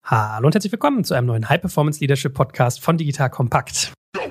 Hallo und herzlich willkommen zu einem neuen High-Performance Leadership Podcast von Digital Compact.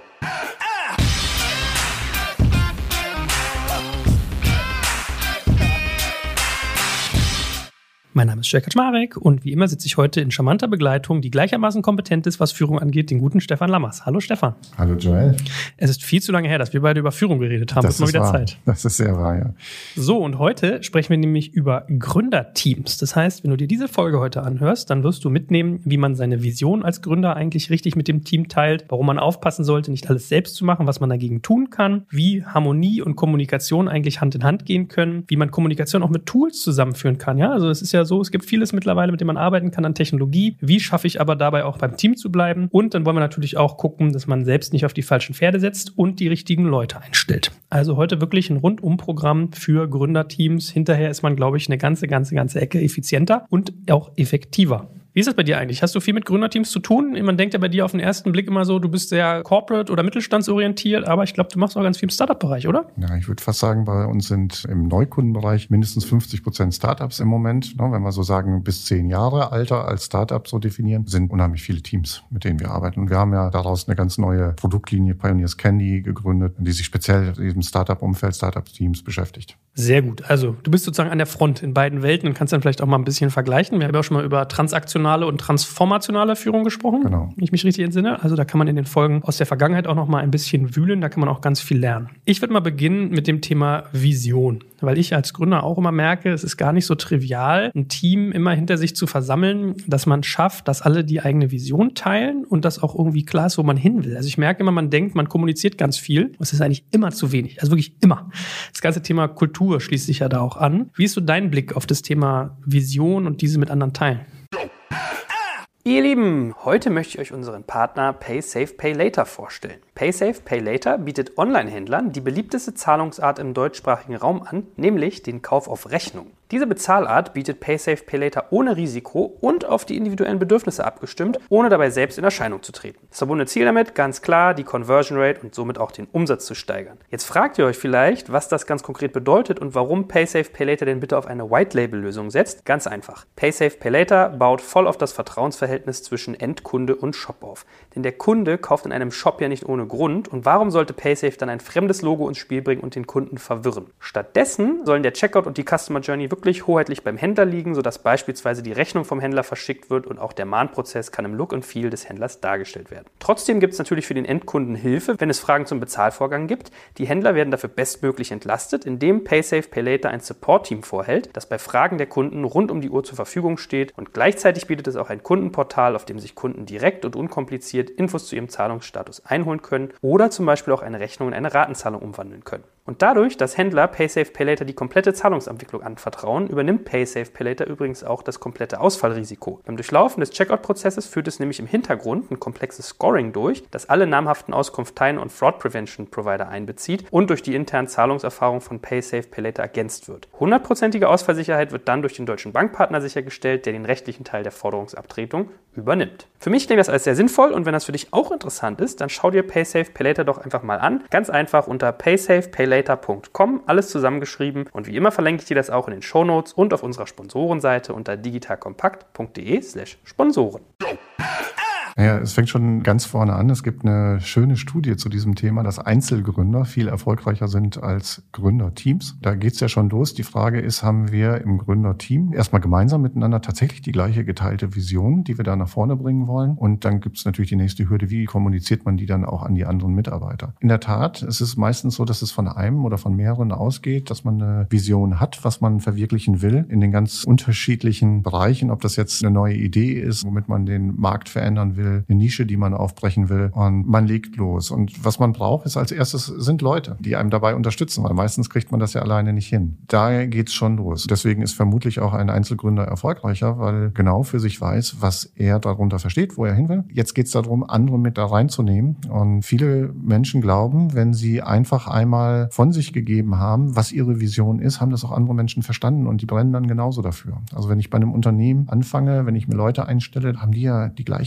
Mein Name ist Jörg Kaczmarek und wie immer sitze ich heute in charmanter Begleitung, die gleichermaßen kompetent ist, was Führung angeht, den guten Stefan Lammers. Hallo Stefan. Hallo Joel. Es ist viel zu lange her, dass wir beide über Führung geredet haben. Das ist mal wieder Zeit. Das ist sehr wahr, ja. So, und heute sprechen wir nämlich über Gründerteams. Das heißt, wenn du dir diese Folge heute anhörst, dann wirst du mitnehmen, wie man seine Vision als Gründer eigentlich richtig mit dem Team teilt, warum man aufpassen sollte, nicht alles selbst zu machen, was man dagegen tun kann, wie Harmonie und Kommunikation eigentlich Hand in Hand gehen können, wie man Kommunikation auch mit Tools zusammenführen kann. Ja, also es ist ja so, es gibt vieles mittlerweile, mit dem man arbeiten kann an Technologie. Wie schaffe ich aber dabei auch beim Team zu bleiben? Und dann wollen wir natürlich auch gucken, dass man selbst nicht auf die falschen Pferde setzt und die richtigen Leute einstellt. Also heute wirklich ein Rundumprogramm für Gründerteams. Hinterher ist man, glaube ich, eine ganze Ecke effizienter und auch effektiver. Wie ist das bei dir eigentlich? Hast du viel mit Gründerteams zu tun? Man denkt ja bei dir auf den ersten Blick immer so, du bist sehr corporate oder mittelstandsorientiert, aber ich glaube, du machst auch ganz viel im Startup-Bereich, oder? Ja, ich würde fast sagen, bei uns sind im Neukundenbereich mindestens 50% Startups im Moment. Wenn wir so sagen, bis 10 Jahre Alter als Startup so definieren, sind unheimlich viele Teams, mit denen wir arbeiten. Und wir haben ja daraus eine ganz neue Produktlinie Pioneers Candy gegründet, die sich speziell im Startup-Umfeld, Startup-Teams beschäftigt. Sehr gut. Also du bist sozusagen an der Front in beiden Welten und kannst dann vielleicht auch mal ein bisschen vergleichen. Wir haben ja auch schon mal über transaktionale und transformationale Führung gesprochen, genau, wenn ich mich richtig entsinne. Also da kann man in den Folgen aus der Vergangenheit auch noch mal ein bisschen wühlen, da kann man auch ganz viel lernen. Ich würde mal beginnen mit dem Thema Vision, weil ich als Gründer auch immer merke, es ist gar nicht so trivial, ein Team immer hinter sich zu versammeln, dass man schafft, dass alle die eigene Vision teilen und dass auch irgendwie klar ist, wo man hin will. Also ich merke immer, man denkt, man kommuniziert ganz viel und es ist eigentlich immer zu wenig, also wirklich immer. Das ganze Thema Kultur schließt sich ja da auch an. Wie ist so dein Blick auf das Thema Vision und diese mit anderen teilen? Ihr Lieben, heute möchte ich euch unseren Partner PaySafe PayLater vorstellen. PaySafe PayLater bietet Online-Händlern die beliebteste Zahlungsart im deutschsprachigen Raum an, nämlich den Kauf auf Rechnung. Diese Bezahlart bietet PaySafe PayLater ohne Risiko und auf die individuellen Bedürfnisse abgestimmt, ohne dabei selbst in Erscheinung zu treten. Das verbundene Ziel damit, ganz klar, die Conversion Rate und somit auch den Umsatz zu steigern. Jetzt fragt ihr euch vielleicht, was das ganz konkret bedeutet und warum PaySafe PayLater denn bitte auf eine White-Label-Lösung setzt. Ganz einfach. PaySafe PayLater baut voll auf das Vertrauensverhältnis zwischen Endkunde und Shop auf. Denn der Kunde kauft in einem Shop ja nicht ohne Grund und warum sollte PaySafe dann ein fremdes Logo ins Spiel bringen und den Kunden verwirren? Stattdessen sollen der Checkout und die Customer Journey wirklich hoheitlich beim Händler liegen, sodass beispielsweise die Rechnung vom Händler verschickt wird und auch der Mahnprozess kann im Look and Feel des Händlers dargestellt werden. Trotzdem gibt es natürlich für den Endkunden Hilfe, wenn es Fragen zum Bezahlvorgang gibt. Die Händler werden dafür bestmöglich entlastet, indem PaySafe PayLater ein Support-Team vorhält, das bei Fragen der Kunden rund um die Uhr zur Verfügung steht und gleichzeitig bietet es auch ein Kundenportal, auf dem sich Kunden direkt und unkompliziert Infos zu ihrem Zahlungsstatus einholen können oder zum Beispiel auch eine Rechnung in eine Ratenzahlung umwandeln können. Und dadurch, dass Händler PaySafe PayLater die komplette Zahlungsabwicklung anvertrauen, übernimmt PaySafe PayLater übrigens auch das komplette Ausfallrisiko. Beim Durchlaufen des Checkout-Prozesses führt es nämlich im Hintergrund ein komplexes Scoring durch, das alle namhaften Auskunfteien und Fraud Prevention Provider einbezieht und durch die internen Zahlungserfahrungen von PaySafe PayLater ergänzt wird. 100%ige Ausfallsicherheit wird dann durch den deutschen Bankpartner sichergestellt, der den rechtlichen Teil der Forderungsabtretung übernimmt. Für mich klingt das alles sehr sinnvoll und wenn das für dich auch interessant ist, dann schau dir PaySafe PayLater doch einfach mal an. Ganz einfach unter paysafepaylater.com, alles zusammengeschrieben und wie immer verlinke ich dir das auch in den Shownotes und auf unserer Sponsorenseite unter digitalkompakt.de/Sponsoren. Naja, es fängt schon ganz vorne an. Es gibt eine schöne Studie zu diesem Thema, dass Einzelgründer viel erfolgreicher sind als Gründerteams. Da geht's ja schon los. Die Frage ist, haben wir im Gründerteam erstmal gemeinsam miteinander tatsächlich die gleiche geteilte Vision, die wir da nach vorne bringen wollen? Und dann gibt's natürlich die nächste Hürde, wie kommuniziert man die dann auch an die anderen Mitarbeiter? In der Tat, es ist meistens so, dass es von einem oder von mehreren ausgeht, dass man eine Vision hat, was man verwirklichen will, in den ganz unterschiedlichen Bereichen, ob das jetzt eine neue Idee ist, womit man den Markt verändern will, eine Nische, die man aufbrechen will und man legt los. Und was man braucht, ist als erstes sind Leute, die einem dabei unterstützen, weil meistens kriegt man das ja alleine nicht hin. Da geht's schon los. Deswegen ist vermutlich auch ein Einzelgründer erfolgreicher, weil genau für sich weiß, was er darunter versteht, wo er hin will. Jetzt geht's darum, andere mit da reinzunehmen. Und viele Menschen glauben, wenn sie einfach einmal von sich gegeben haben, was ihre Vision ist, haben das auch andere Menschen verstanden und die brennen dann genauso dafür. Also wenn ich bei einem Unternehmen anfange, wenn ich mir Leute einstelle, haben die ja die gleiche Idee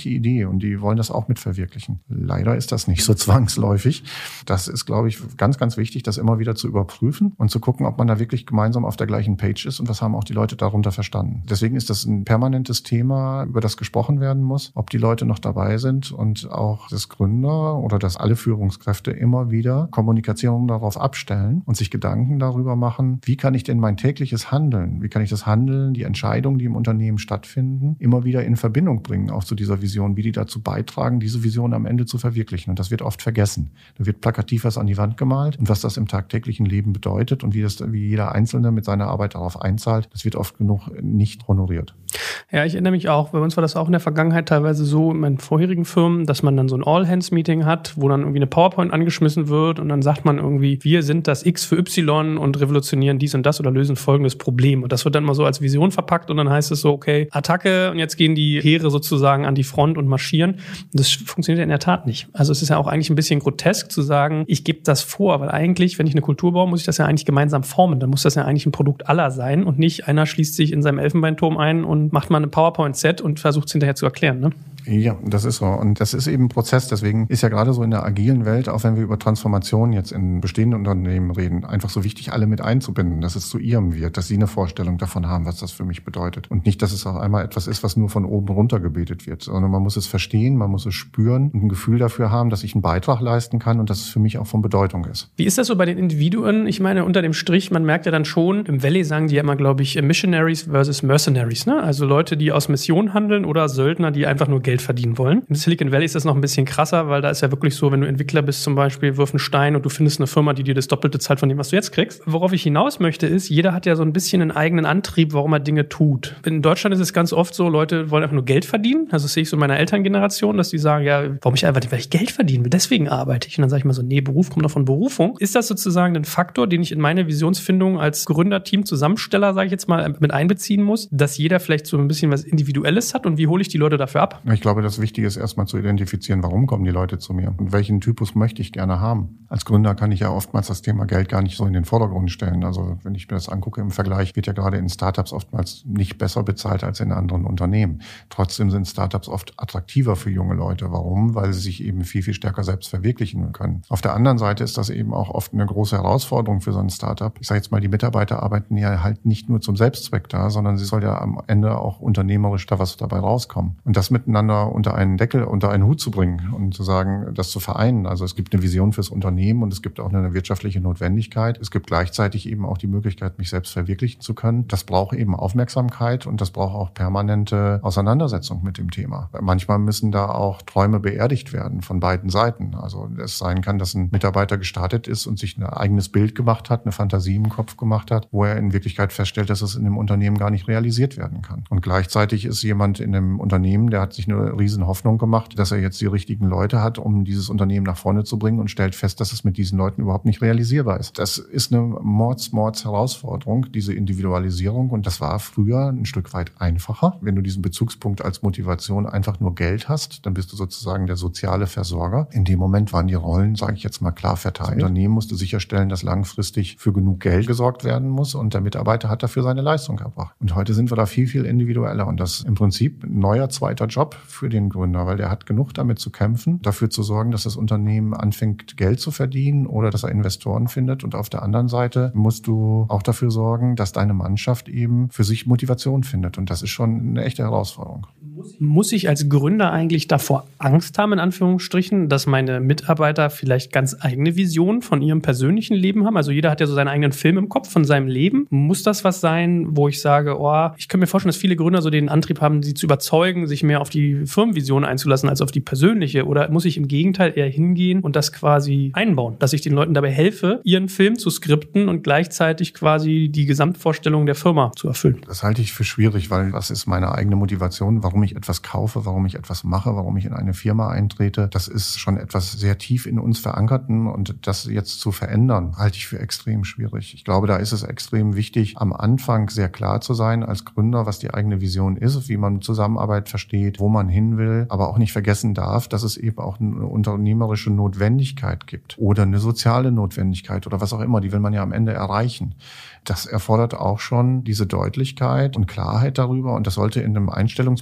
Familie und die wollen das auch mit verwirklichen. Leider ist das nicht so zwangsläufig. Das ist, glaube ich, ganz, ganz wichtig, das immer wieder zu überprüfen und zu gucken, ob man da wirklich gemeinsam auf der gleichen Page ist und was haben auch die Leute darunter verstanden. Deswegen ist das ein permanentes Thema, über das gesprochen werden muss, ob die Leute noch dabei sind und auch das Gründer oder dass alle Führungskräfte immer wieder Kommunikation darauf abstellen und sich Gedanken darüber machen, wie kann ich denn mein tägliches Handeln, wie kann ich das Handeln, die Entscheidungen, die im Unternehmen stattfinden, immer wieder in Verbindung bringen, auch zu dieser Vision, wie die dazu beitragen, diese Vision am Ende zu verwirklichen. Und das wird oft vergessen. Da wird plakativ was an die Wand gemalt und was das im tagtäglichen Leben bedeutet und wie jeder Einzelne mit seiner Arbeit darauf einzahlt, das wird oft genug nicht honoriert. Ja, ich erinnere mich auch, bei uns war das auch in der Vergangenheit teilweise so in meinen vorherigen Firmen, dass man dann so ein All-Hands-Meeting hat, wo dann irgendwie eine PowerPoint angeschmissen wird und dann sagt man irgendwie, wir sind das X für Y und revolutionieren dies und das oder lösen folgendes Problem. Und das wird dann mal so als Vision verpackt und dann heißt es so, okay, Attacke und jetzt gehen die Heere sozusagen an die Front und marschieren. Und das funktioniert in der Tat nicht. Also es ist ja auch eigentlich ein bisschen grotesk zu sagen, ich gebe das vor, weil eigentlich, wenn ich eine Kultur baue, muss ich das ja eigentlich gemeinsam formen. Dann muss das ja eigentlich ein Produkt aller sein und nicht einer schließt sich in seinem Elfenbeinturm ein und macht mal eine PowerPoint-Set und versucht es hinterher zu erklären, ne? Ja, das ist so. Und das ist eben ein Prozess. Deswegen ist ja gerade so in der agilen Welt, auch wenn wir über Transformation jetzt in bestehenden Unternehmen reden, einfach so wichtig, alle mit einzubinden, dass es zu ihrem wird, dass sie eine Vorstellung davon haben, was das für mich bedeutet. Und nicht, dass es auch einmal etwas ist, was nur von oben runter gebetet wird, sondern man muss es verstehen, man muss es spüren und ein Gefühl dafür haben, dass ich einen Beitrag leisten kann und dass es für mich auch von Bedeutung ist. Wie ist das so bei den Individuen? Ich meine, unter dem Strich, man merkt ja dann schon, im Valley sagen die ja immer, glaube ich, Missionaries versus Mercenaries, ne? Also Leute, die aus Mission handeln oder Söldner, die einfach nur Geld verdienen wollen. Im Silicon Valley ist das noch ein bisschen krasser, weil da ist ja wirklich so, wenn du Entwickler bist zum Beispiel, wirf einen Stein und du findest eine Firma, die dir das Doppelte zahlt von dem, was du jetzt kriegst. Worauf ich hinaus möchte ist, jeder hat ja so ein bisschen einen eigenen Antrieb, warum er Dinge tut. In Deutschland ist es ganz oft so, Leute wollen einfach nur Geld verdienen. Also das sehe ich so in meiner Elterngeneration, dass die sagen, ja, weil ich Geld verdienen will, deswegen arbeite ich. Und dann sage ich mal so, nee, Beruf kommt doch von Berufung. Ist das sozusagen ein Faktor, den ich in meine Visionsfindung als Gründerteam Zusammensteller, sage ich jetzt mal, mit einbeziehen muss, dass jeder vielleicht so ein bisschen was Individuelles hat und wie hole ich die Leute dafür ab? Ich glaube, das Wichtige ist erstmal zu identifizieren, warum kommen die Leute zu mir und welchen Typus möchte ich gerne haben. Als Gründer kann ich ja oftmals das Thema Geld gar nicht so in den Vordergrund stellen. Also wenn ich mir das angucke im Vergleich, wird ja gerade in Startups oftmals nicht besser bezahlt als in anderen Unternehmen. Trotzdem sind Startups oft attraktiver für junge Leute. Warum? Weil sie sich eben viel, viel stärker selbst verwirklichen können. Auf der anderen Seite ist das eben auch oft eine große Herausforderung für so ein Startup. Ich sage jetzt mal, die Mitarbeiter arbeiten ja halt nicht nur zum Selbstzweck da, sondern sie soll ja am Ende auch unternehmerisch da was dabei rauskommen. Und das miteinander unter einen Deckel, unter einen Hut zu bringen und zu sagen, das zu vereinen. Also es gibt eine Vision fürs Unternehmen und es gibt auch eine wirtschaftliche Notwendigkeit. Es gibt gleichzeitig eben auch die Möglichkeit, mich selbst verwirklichen zu können. Das braucht eben Aufmerksamkeit und das braucht auch permanente Auseinandersetzung mit dem Thema. Manchmal müssen da auch Träume beerdigt werden von beiden Seiten. Also es sein kann, dass ein Mitarbeiter gestartet ist und sich ein eigenes Bild gemacht hat, eine Fantasie im Kopf gemacht hat, wo er in Wirklichkeit feststellt, dass es in dem Unternehmen gar nicht realisiert werden kann. Und gleichzeitig ist jemand in einem Unternehmen, der hat sich eine riesen Hoffnung gemacht, dass er jetzt die richtigen Leute hat, um dieses Unternehmen nach vorne zu bringen und stellt fest, dass es mit diesen Leuten überhaupt nicht realisierbar ist. Das ist eine Mords-Herausforderung, diese Individualisierung. Und das war früher ein Stück weit einfacher. Wenn du diesen Bezugspunkt als Motivation einfach nur Geld hast, dann bist du sozusagen der soziale Versorger. In dem Moment waren die Rollen, sage ich jetzt mal, klar verteilt. Das Unternehmen musste sicherstellen, dass langfristig für genug Geld gesorgt werden muss und der Mitarbeiter hat dafür seine Leistung erbracht. Und heute sind wir da viel, viel individueller. Und das ist im Prinzip ein neuer zweiter Job für den Gründer, weil der hat genug damit zu kämpfen, dafür zu sorgen, dass das Unternehmen anfängt, Geld zu verdienen oder dass er Investoren findet. Und auf der anderen Seite musst du auch dafür sorgen, dass deine Mannschaft eben für sich Motivation findet. Und das ist schon eine echte Herausforderung. Muss ich als Gründer eigentlich davor Angst haben, in Anführungsstrichen, dass meine Mitarbeiter vielleicht ganz eigene Visionen von ihrem persönlichen Leben haben? Also jeder hat ja so seinen eigenen Film im Kopf von seinem Leben. Muss das was sein, wo ich sage, ich kann mir vorstellen, dass viele Gründer so den Antrieb haben, sie zu überzeugen, sich mehr auf die Firmenvision einzulassen als auf die persönliche? Oder muss ich im Gegenteil eher hingehen und das quasi einbauen, dass ich den Leuten dabei helfe, ihren Film zu skripten und gleichzeitig quasi die Gesamtvorstellung der Firma zu erfüllen? Das halte ich für schwierig, weil was ist meine eigene Motivation, warum ich etwas kaufe, warum ich etwas mache, warum ich in eine Firma eintrete? Das ist schon etwas sehr tief in uns Verankerten und das jetzt zu verändern, halte ich für extrem schwierig. Ich glaube, da ist es extrem wichtig, am Anfang sehr klar zu sein als Gründer, was die eigene Vision ist, wie man Zusammenarbeit versteht, wo man hin will, aber auch nicht vergessen darf, dass es eben auch eine unternehmerische Notwendigkeit gibt oder eine soziale Notwendigkeit oder was auch immer, die will man ja am Ende erreichen. Das erfordert auch schon diese Deutlichkeit und Klarheit darüber und das sollte in einem Einstellungsprozess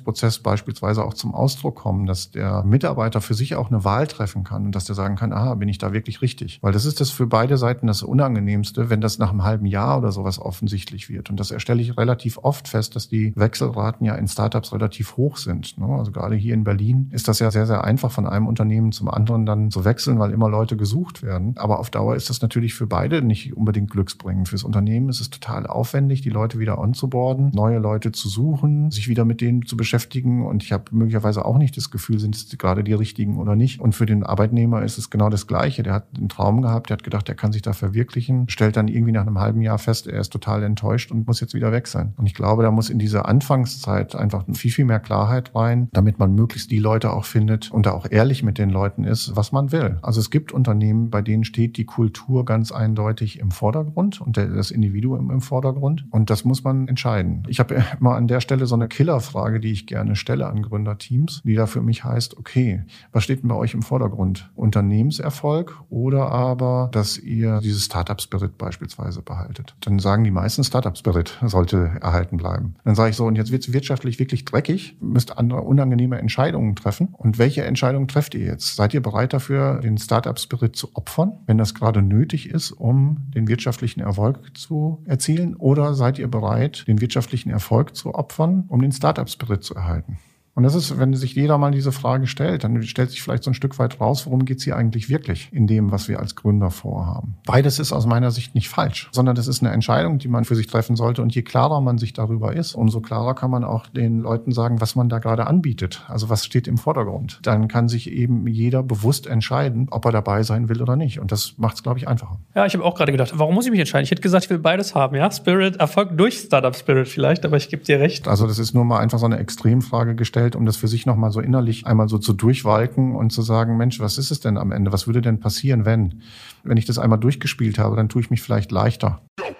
beispielsweise auch zum Ausdruck kommen, dass der Mitarbeiter für sich auch eine Wahl treffen kann und dass der sagen kann, aha, bin ich da wirklich richtig? Weil das ist das für beide Seiten das Unangenehmste, wenn das nach einem halben Jahr oder sowas offensichtlich wird. Und das stelle ich relativ oft fest, dass die Wechselraten ja in Startups relativ hoch sind. Also gerade hier in Berlin ist das ja sehr, sehr einfach, von einem Unternehmen zum anderen dann zu wechseln, weil immer Leute gesucht werden. Aber auf Dauer ist das natürlich für beide nicht unbedingt glücksbringend. Fürs Unternehmen ist es total aufwendig, die Leute wieder onzuboarden, neue Leute zu suchen, sich wieder mit denen zu beschäftigen. Und ich habe möglicherweise auch nicht das Gefühl, sind es gerade die richtigen oder nicht. Und für den Arbeitnehmer ist es genau das Gleiche. Der hat einen Traum gehabt, der hat gedacht, er kann sich da verwirklichen, stellt dann irgendwie nach einem halben Jahr fest, er ist total enttäuscht und muss jetzt wieder weg sein. Und ich glaube, da muss in dieser Anfangszeit einfach viel, viel mehr Klarheit rein, damit man möglichst die Leute auch findet und da auch ehrlich mit den Leuten ist, was man will. Also es gibt Unternehmen, bei denen steht die Kultur ganz eindeutig im Vordergrund und das Individuum im Vordergrund. Und das muss man entscheiden. Ich habe immer an der Stelle so eine Killerfrage, die ich gerne stelle an Gründerteams, die da für mich heißt, okay, was steht denn bei euch im Vordergrund? Unternehmenserfolg oder aber, dass ihr dieses Startup-Spirit beispielsweise behaltet? Dann sagen die meisten, Startup-Spirit sollte erhalten bleiben. Dann sage ich so, und jetzt wird es wirtschaftlich wirklich dreckig, müsst andere unangenehme Entscheidungen treffen. Und welche Entscheidung trefft ihr jetzt? Seid ihr bereit dafür, den Startup-Spirit zu opfern, wenn das gerade nötig ist, um den wirtschaftlichen Erfolg zu erzielen? Oder seid ihr bereit, den wirtschaftlichen Erfolg zu opfern, um den Startup-Spirit zu erhalten? Und das ist, wenn sich jeder mal diese Frage stellt, dann stellt sich vielleicht so ein Stück weit raus, worum geht's hier eigentlich wirklich in dem, was wir als Gründer vorhaben. Beides ist aus meiner Sicht nicht falsch, sondern das ist eine Entscheidung, die man für sich treffen sollte. Und je klarer man sich darüber ist, umso klarer kann man auch den Leuten sagen, was man da gerade anbietet. Also was steht im Vordergrund. Dann kann sich eben jeder bewusst entscheiden, ob er dabei sein will oder nicht. Und das macht's, glaube ich, einfacher. Ja, ich habe auch gerade gedacht, warum muss ich mich entscheiden? Ich hätte gesagt, ich will beides haben, ja? Spirit, Erfolg durch Startup Spirit vielleicht, aber ich gebe dir recht. Also das ist nur mal einfach so eine Extremfrage gestellt, um das für sich nochmal so innerlich einmal so zu durchwalken und zu sagen, Mensch, was ist es denn am Ende? Was würde denn passieren, wenn ich das einmal durchgespielt habe, dann tue ich mich vielleicht leichter.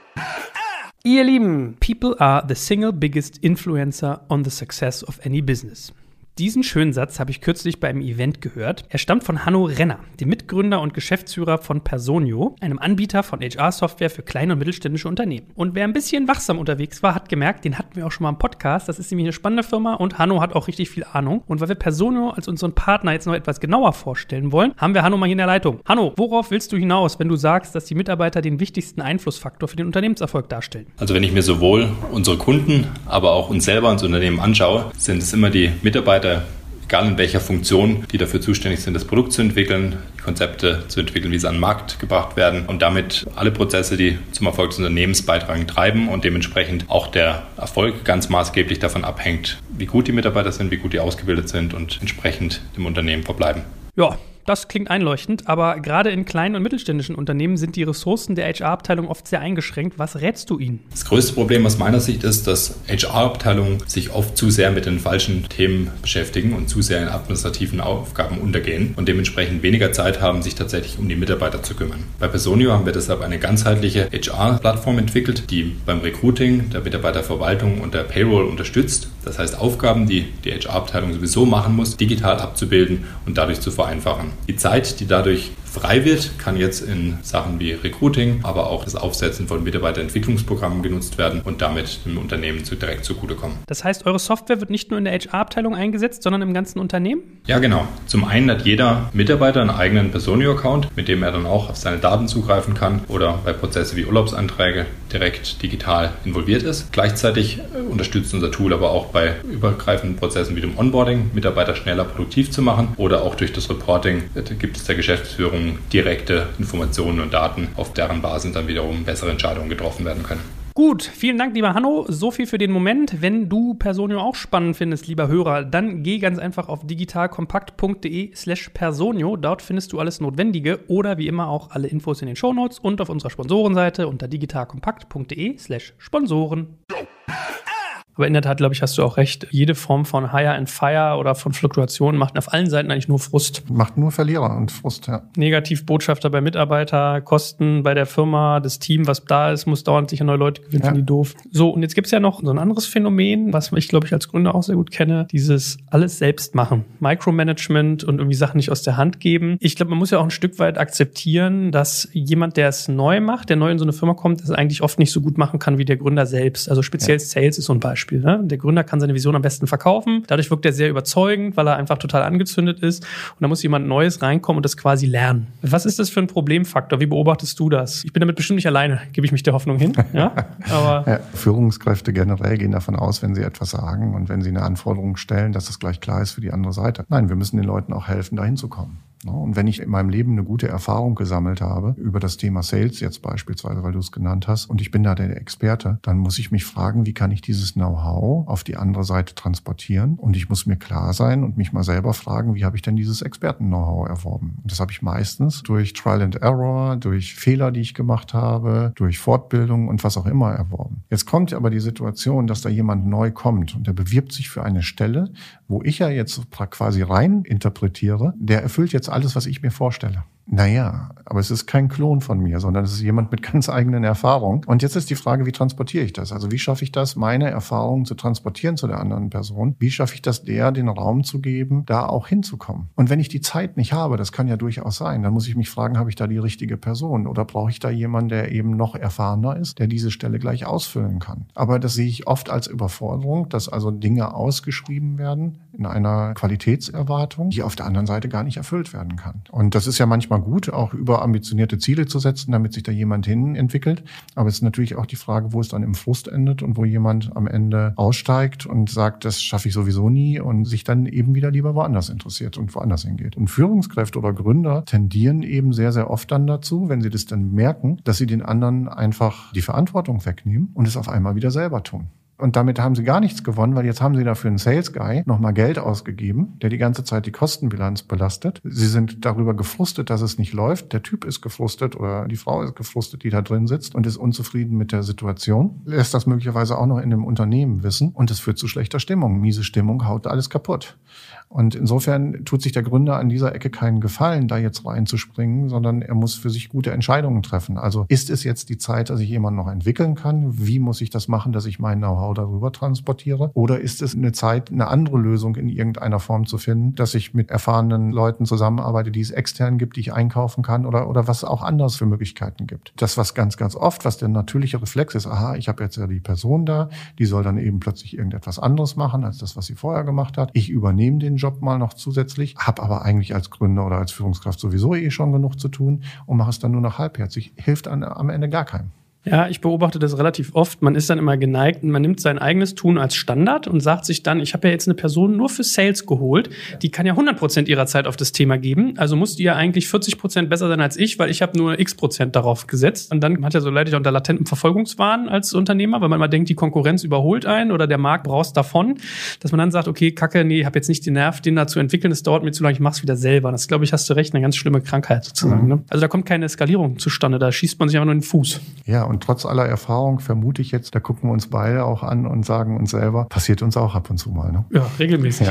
Ihr Lieben, people are the single biggest influencer on the success of any business. Diesen schönen Satz habe ich kürzlich bei einem Event gehört. Er stammt von Hanno Renner, dem Mitgründer und Geschäftsführer von Personio, einem Anbieter von HR-Software für kleine und mittelständische Unternehmen. Und wer ein bisschen wachsam unterwegs war, hat gemerkt, den hatten wir auch schon mal im Podcast. Das ist nämlich eine spannende Firma und Hanno hat auch richtig viel Ahnung. Und weil wir Personio als unseren Partner jetzt noch etwas genauer vorstellen wollen, haben wir Hanno mal hier in der Leitung. Hanno, worauf willst du hinaus, wenn du sagst, dass die Mitarbeiter den wichtigsten Einflussfaktor für den Unternehmenserfolg darstellen? Also wenn ich mir sowohl unsere Kunden, aber auch uns selber, unser Unternehmen anschaue, sind es immer die Mitarbeiter, egal in welcher Funktion, die dafür zuständig sind, das Produkt zu entwickeln, die Konzepte zu entwickeln, wie sie an den Markt gebracht werden und damit alle Prozesse, die zum Erfolg des Unternehmens beitragen, treiben und dementsprechend auch der Erfolg ganz maßgeblich davon abhängt, wie gut die Mitarbeiter sind, wie gut die ausgebildet sind und entsprechend im Unternehmen verbleiben. Ja, das klingt einleuchtend, aber gerade in kleinen und mittelständischen Unternehmen sind die Ressourcen der HR-Abteilung oft sehr eingeschränkt. Was rätst du ihnen? Das größte Problem aus meiner Sicht ist, dass HR-Abteilungen sich oft zu sehr mit den falschen Themen beschäftigen und zu sehr in administrativen Aufgaben untergehen und dementsprechend weniger Zeit haben, sich tatsächlich um die Mitarbeiter zu kümmern. Bei Personio haben wir deshalb eine ganzheitliche HR-Plattform entwickelt, die beim Recruiting, der Mitarbeiterverwaltung und der Payroll unterstützt. Das heißt, Aufgaben, die die HR-Abteilung sowieso machen muss, digital abzubilden und dadurch zu vereinfachen. Die Zeit, die dadurch frei wird, kann jetzt in Sachen wie Recruiting, aber auch das Aufsetzen von Mitarbeiterentwicklungsprogrammen genutzt werden und damit dem Unternehmen direkt zugutekommen. Das heißt, eure Software wird nicht nur in der HR-Abteilung eingesetzt, sondern im ganzen Unternehmen? Ja, genau. Zum einen hat jeder Mitarbeiter einen eigenen Personio-Account, mit dem er dann auch auf seine Daten zugreifen kann oder bei Prozessen wie Urlaubsanträge direkt digital involviert ist. Gleichzeitig unterstützt unser Tool aber auch bei übergreifenden Prozessen wie dem Onboarding, Mitarbeiter schneller produktiv zu machen oder auch durch das Reporting gibt es der Geschäftsführung direkte Informationen und Daten, auf deren Basis dann wiederum bessere Entscheidungen getroffen werden können. Gut, vielen Dank, lieber Hanno. So viel für den Moment. Wenn du Personio auch spannend findest, lieber Hörer, dann geh ganz einfach auf digitalkompakt.de/Personio. Dort findest du alles Notwendige oder wie immer auch alle Infos in den Shownotes und auf unserer Sponsorenseite unter digitalkompakt.de/Sponsoren. Aber in der Tat, glaube ich, hast du auch recht. Jede Form von Hire and Fire oder von Fluktuationen macht auf allen Seiten eigentlich nur Frust. Macht nur Verlierer und Frust, ja. Negativbotschafter bei Mitarbeiter, Kosten bei der Firma, das Team, was da ist, muss dauernd sicher neue Leute gewinnen, finde ich doof. So, und jetzt gibt's ja noch so ein anderes Phänomen, was ich, glaube ich, als Gründer auch sehr gut kenne. Dieses alles selbst machen. Micromanagement und irgendwie Sachen nicht aus der Hand geben. Ich glaube, man muss ja auch ein Stück weit akzeptieren, dass jemand, der es neu macht, der neu in so eine Firma kommt, das eigentlich oft nicht so gut machen kann wie der Gründer selbst. Also speziell Sales ist so ein Beispiel. Beispiel. Ne? Der Gründer kann seine Vision am besten verkaufen. Dadurch wirkt er sehr überzeugend, weil er einfach total angezündet ist. Und da muss jemand Neues reinkommen und das quasi lernen. Was ist das für ein Problemfaktor? Wie beobachtest du das? Ich bin damit bestimmt nicht alleine, gebe ich mich der Hoffnung hin. Ja? Aber ja, Führungskräfte generell gehen davon aus, wenn sie etwas sagen und wenn sie eine Anforderung stellen, dass das gleich klar ist für die andere Seite. Nein, wir müssen den Leuten auch helfen, dahin zu kommen. Und wenn ich in meinem Leben eine gute Erfahrung gesammelt habe, über das Thema Sales jetzt beispielsweise, weil du es genannt hast, und ich bin da der Experte, dann muss ich mich fragen, wie kann ich dieses Know-how auf die andere Seite transportieren? Und ich muss mir klar sein und mich mal selber fragen, wie habe ich denn dieses Experten-Know-how erworben? Und das habe ich meistens durch Trial and Error, durch Fehler, die ich gemacht habe, durch Fortbildung und was auch immer erworben. Jetzt kommt aber die Situation, dass da jemand neu kommt und der bewirbt sich für eine Stelle, wo ich ja jetzt quasi rein interpretiere, der erfüllt jetzt alles, was ich mir vorstelle. Naja, aber es ist kein Klon von mir, sondern es ist jemand mit ganz eigenen Erfahrungen. Und jetzt ist die Frage, wie transportiere ich das? Also wie schaffe ich das, meine Erfahrungen zu transportieren zu der anderen Person? Wie schaffe ich das, der den Raum zu geben, da auch hinzukommen? Und wenn ich die Zeit nicht habe, das kann ja durchaus sein, dann muss ich mich fragen, habe ich da die richtige Person? Oder brauche ich da jemanden, der eben noch erfahrener ist, der diese Stelle gleich ausfüllen kann? Aber das sehe ich oft als Überforderung, dass also Dinge ausgeschrieben werden in einer Qualitätserwartung, die auf der anderen Seite gar nicht erfüllt werden kann. Und das ist ja manchmal gut, auch überambitionierte Ziele zu setzen, damit sich da jemand hin entwickelt. Aber es ist natürlich auch die Frage, wo es dann im Frust endet und wo jemand am Ende aussteigt und sagt, das schaffe ich sowieso nie und sich dann eben wieder lieber woanders interessiert und woanders hingeht. Und Führungskräfte oder Gründer tendieren eben sehr, sehr oft dann dazu, wenn sie das dann merken, dass sie den anderen einfach die Verantwortung wegnehmen und es auf einmal wieder selber tun. Und damit haben sie gar nichts gewonnen, weil jetzt haben sie dafür einen Sales Guy nochmal Geld ausgegeben, der die ganze Zeit die Kostenbilanz belastet. Sie sind darüber gefrustet, dass es nicht läuft. Der Typ ist gefrustet oder die Frau ist gefrustet, die da drin sitzt und ist unzufrieden mit der Situation. Lässt das möglicherweise auch noch in dem Unternehmen wissen und es führt zu schlechter Stimmung. Miese Stimmung haut alles kaputt. Und insofern tut sich der Gründer an dieser Ecke keinen Gefallen, da jetzt reinzuspringen, sondern er muss für sich gute Entscheidungen treffen. Also ist es jetzt die Zeit, dass ich jemanden noch entwickeln kann? Wie muss ich das machen, dass ich mein Know-how darüber transportiere? Oder ist es eine Zeit, eine andere Lösung in irgendeiner Form zu finden, dass ich mit erfahrenen Leuten zusammenarbeite, die es extern gibt, die ich einkaufen kann oder was es auch anders für Möglichkeiten gibt? Das, was ganz, ganz oft, was der natürliche Reflex ist, aha, ich habe jetzt ja die Person da, die soll dann eben plötzlich irgendetwas anderes machen, als das, was sie vorher gemacht hat. Ich übernehme den Job mal noch zusätzlich, habe aber eigentlich als Gründer oder als Führungskraft sowieso schon genug zu tun und mache es dann nur noch halbherzig. Hilft am Ende gar keinem. Ja, ich beobachte das relativ oft. Man ist dann immer geneigt und man nimmt sein eigenes Tun als Standard und sagt sich dann, ich habe ja jetzt eine Person nur für Sales geholt, die kann ja 100% ihrer Zeit auf das Thema geben, also muss die ja eigentlich 40% besser sein als ich, weil ich habe nur x% darauf gesetzt. Und dann hat ja so leider unter latentem Verfolgungswahn als Unternehmer, weil man immer denkt, die Konkurrenz überholt einen oder der Markt braust davon, dass man dann sagt, okay, Kacke, nee, ich habe jetzt nicht den Nerv, den da zu entwickeln, das dauert mir zu lange, ich mach's wieder selber. Das, glaube ich, hast du recht, eine ganz schlimme Krankheit sozusagen. Ne? Also da kommt keine Eskalierung zustande, da schießt man sich einfach nur in den Fuß. Ja, und trotz aller Erfahrung vermute ich jetzt, da gucken wir uns beide auch an und sagen uns selber, passiert uns auch ab und zu mal. Ne? Ja, regelmäßig.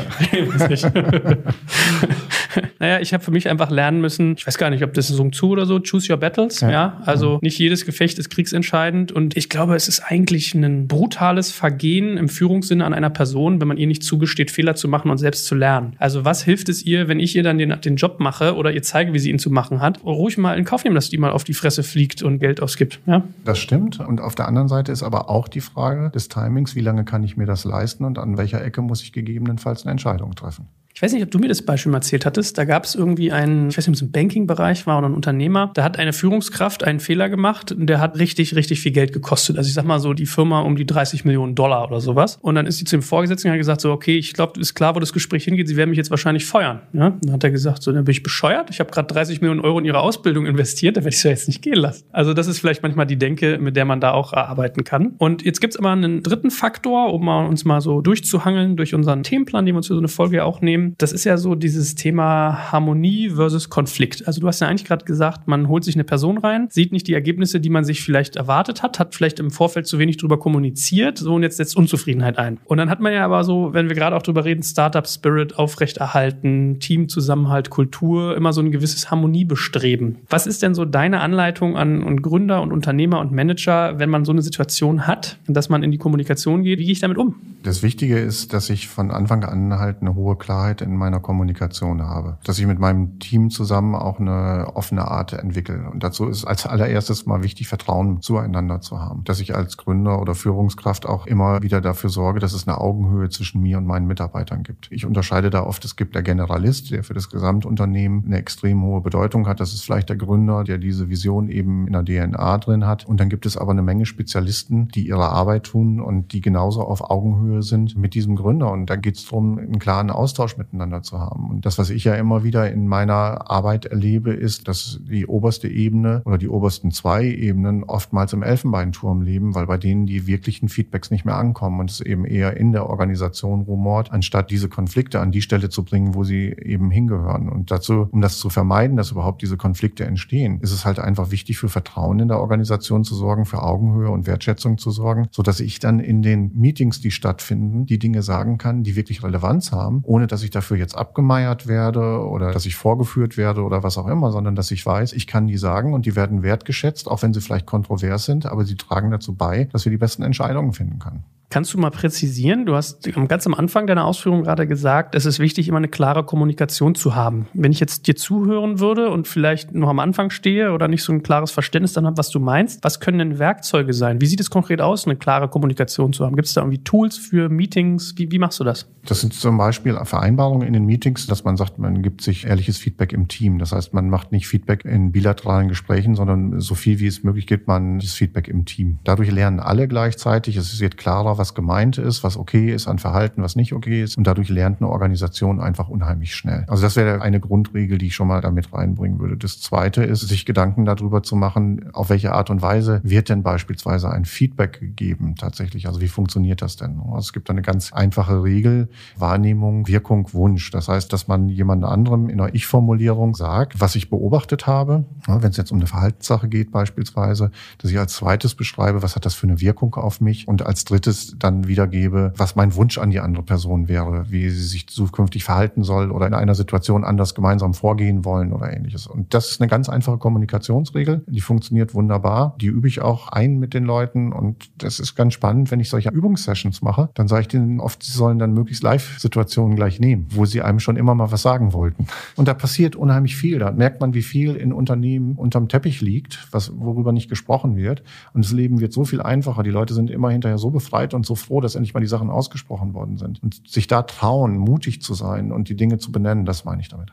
Naja, ich habe für mich einfach lernen müssen, ich weiß gar nicht, ob das Song 2 oder so, choose your battles. Ja, also nicht jedes Gefecht ist kriegsentscheidend und ich glaube, es ist eigentlich ein brutales Vergehen im Führungssinne an einer Person, wenn man ihr nicht zugesteht, Fehler zu machen und selbst zu lernen. Also was hilft es ihr, wenn ich ihr dann den Job mache oder ihr zeige, wie sie ihn zu machen hat, ruhig mal in Kauf nehmen, dass die mal auf die Fresse fliegt und Geld ausgibt. Ja? Das stimmt. Und auf der anderen Seite ist aber auch die Frage des Timings, wie lange kann ich mir das leisten und an welcher Ecke muss ich gegebenenfalls eine Entscheidung treffen. Ich weiß nicht, ob du mir das Beispiel mal erzählt hattest. Da gab es irgendwie einen, ich weiß nicht, ob es im Banking-Bereich war oder ein Unternehmer. Da hat eine Führungskraft einen Fehler gemacht und der hat richtig, richtig viel Geld gekostet. Also ich sag mal so, die Firma um die $30 Millionen oder sowas. Und dann ist sie zu dem Vorgesetzten und hat gesagt so, okay, ich glaube, ist klar, wo das Gespräch hingeht. Sie werden mich jetzt wahrscheinlich feuern. Ja? Dann hat er gesagt, so, dann bin ich bescheuert. Ich habe gerade 30 Millionen Euro in ihre Ausbildung investiert. Da werde ich es ja jetzt nicht gehen lassen. Also das ist vielleicht manchmal die Denke, mit der man da auch arbeiten kann. Und jetzt gibt's aber einen dritten Faktor, um uns mal so durchzuhangeln durch unseren Themenplan, den wir uns für so eine Folge ja auch nehmen. Das ist ja so dieses Thema Harmonie versus Konflikt. Also du hast ja eigentlich gerade gesagt, man holt sich eine Person rein, sieht nicht die Ergebnisse, die man sich vielleicht erwartet hat vielleicht im Vorfeld zu wenig drüber kommuniziert, so, und jetzt setzt Unzufriedenheit ein. Und dann hat man ja aber so, wenn wir gerade auch drüber reden, Startup-Spirit aufrechterhalten, Teamzusammenhalt, Kultur, immer so ein gewisses Harmoniebestreben. Was ist denn so deine Anleitung an Gründer und Unternehmer und Manager, wenn man so eine Situation hat, dass man in die Kommunikation geht? Wie gehe ich damit um? Das Wichtige ist, dass ich von Anfang an halt eine hohe Klarheit Klarheit in meiner Kommunikation habe. Dass ich mit meinem Team zusammen auch eine offene Art entwickle. Und dazu ist als allererstes mal wichtig, Vertrauen zueinander zu haben. Dass ich als Gründer oder Führungskraft auch immer wieder dafür sorge, dass es eine Augenhöhe zwischen mir und meinen Mitarbeitern gibt. Ich unterscheide da oft, es gibt der Generalist, der für das Gesamtunternehmen eine extrem hohe Bedeutung hat. Das ist vielleicht der Gründer, der diese Vision eben in der DNA drin hat. Und dann gibt es aber eine Menge Spezialisten, die ihre Arbeit tun und die genauso auf Augenhöhe sind mit diesem Gründer. Und da geht es darum, einen klaren Austausch miteinander zu haben. Und das, was ich ja immer wieder in meiner Arbeit erlebe, ist, dass die oberste Ebene oder die obersten 2 Ebenen oftmals im Elfenbeinturm leben, weil bei denen die wirklichen Feedbacks nicht mehr ankommen und es eben eher in der Organisation rumort, anstatt diese Konflikte an die Stelle zu bringen, wo sie eben hingehören. Und dazu, um das zu vermeiden, dass überhaupt diese Konflikte entstehen, ist es halt einfach wichtig, für Vertrauen in der Organisation zu sorgen, für Augenhöhe und Wertschätzung zu sorgen, sodass ich dann in den Meetings, die stattfinden, die Dinge sagen kann, die wirklich Relevanz haben, ohne dass ich dafür jetzt abgemeiert werde oder dass ich vorgeführt werde oder was auch immer, sondern dass ich weiß, ich kann die sagen und die werden wertgeschätzt, auch wenn sie vielleicht kontrovers sind, aber sie tragen dazu bei, dass wir die besten Entscheidungen finden können. Kannst du mal präzisieren? Du hast ganz am Anfang deiner Ausführung gerade gesagt, es ist wichtig, immer eine klare Kommunikation zu haben. Wenn ich jetzt dir zuhören würde und vielleicht noch am Anfang stehe oder nicht so ein klares Verständnis dann habe, was du meinst, was können denn Werkzeuge sein? Wie sieht es konkret aus, eine klare Kommunikation zu haben? Gibt es da irgendwie Tools für Meetings? Wie machst du das? Das sind zum Beispiel Vereinbarungen in den Meetings, dass man sagt, man gibt sich ehrliches Feedback im Team. Das heißt, man macht nicht Feedback in bilateralen Gesprächen, sondern so viel wie es möglich gibt, man das Feedback im Team. Dadurch lernen alle gleichzeitig. Es wird klarer, was gemeint ist, was okay ist an Verhalten, was nicht okay ist. Und dadurch lernt eine Organisation einfach unheimlich schnell. Also das wäre eine Grundregel, die ich schon mal damit reinbringen würde. Das Zweite ist, sich Gedanken darüber zu machen, auf welche Art und Weise wird denn beispielsweise ein Feedback gegeben tatsächlich. Also wie funktioniert das denn? Also es gibt eine ganz einfache Regel: Wahrnehmung, Wirkung, Wunsch. Das heißt, dass man jemand anderem in einer Ich-Formulierung sagt, was ich beobachtet habe. Wenn es jetzt um eine Verhaltenssache geht beispielsweise, dass ich als zweites beschreibe, was hat das für eine Wirkung auf mich, und als drittes dann wiedergebe, was mein Wunsch an die andere Person wäre, wie sie sich zukünftig verhalten soll oder in einer Situation anders gemeinsam vorgehen wollen oder ähnliches. Und das ist eine ganz einfache Kommunikationsregel, die funktioniert wunderbar. Die übe ich auch ein mit den Leuten, und das ist ganz spannend, wenn ich solche Übungssessions mache, dann sage ich denen oft, sie sollen dann möglichst Live-Situationen gleich nehmen, wo sie einem schon immer mal was sagen wollten. Und da passiert unheimlich viel. Da merkt man, wie viel in Unternehmen unterm Teppich liegt, worüber nicht gesprochen wird. Und das Leben wird so viel einfacher. Die Leute sind immer hinterher so befreit und so froh, dass endlich mal die Sachen ausgesprochen worden sind. Und sich da trauen, mutig zu sein und die Dinge zu benennen, das meine ich damit.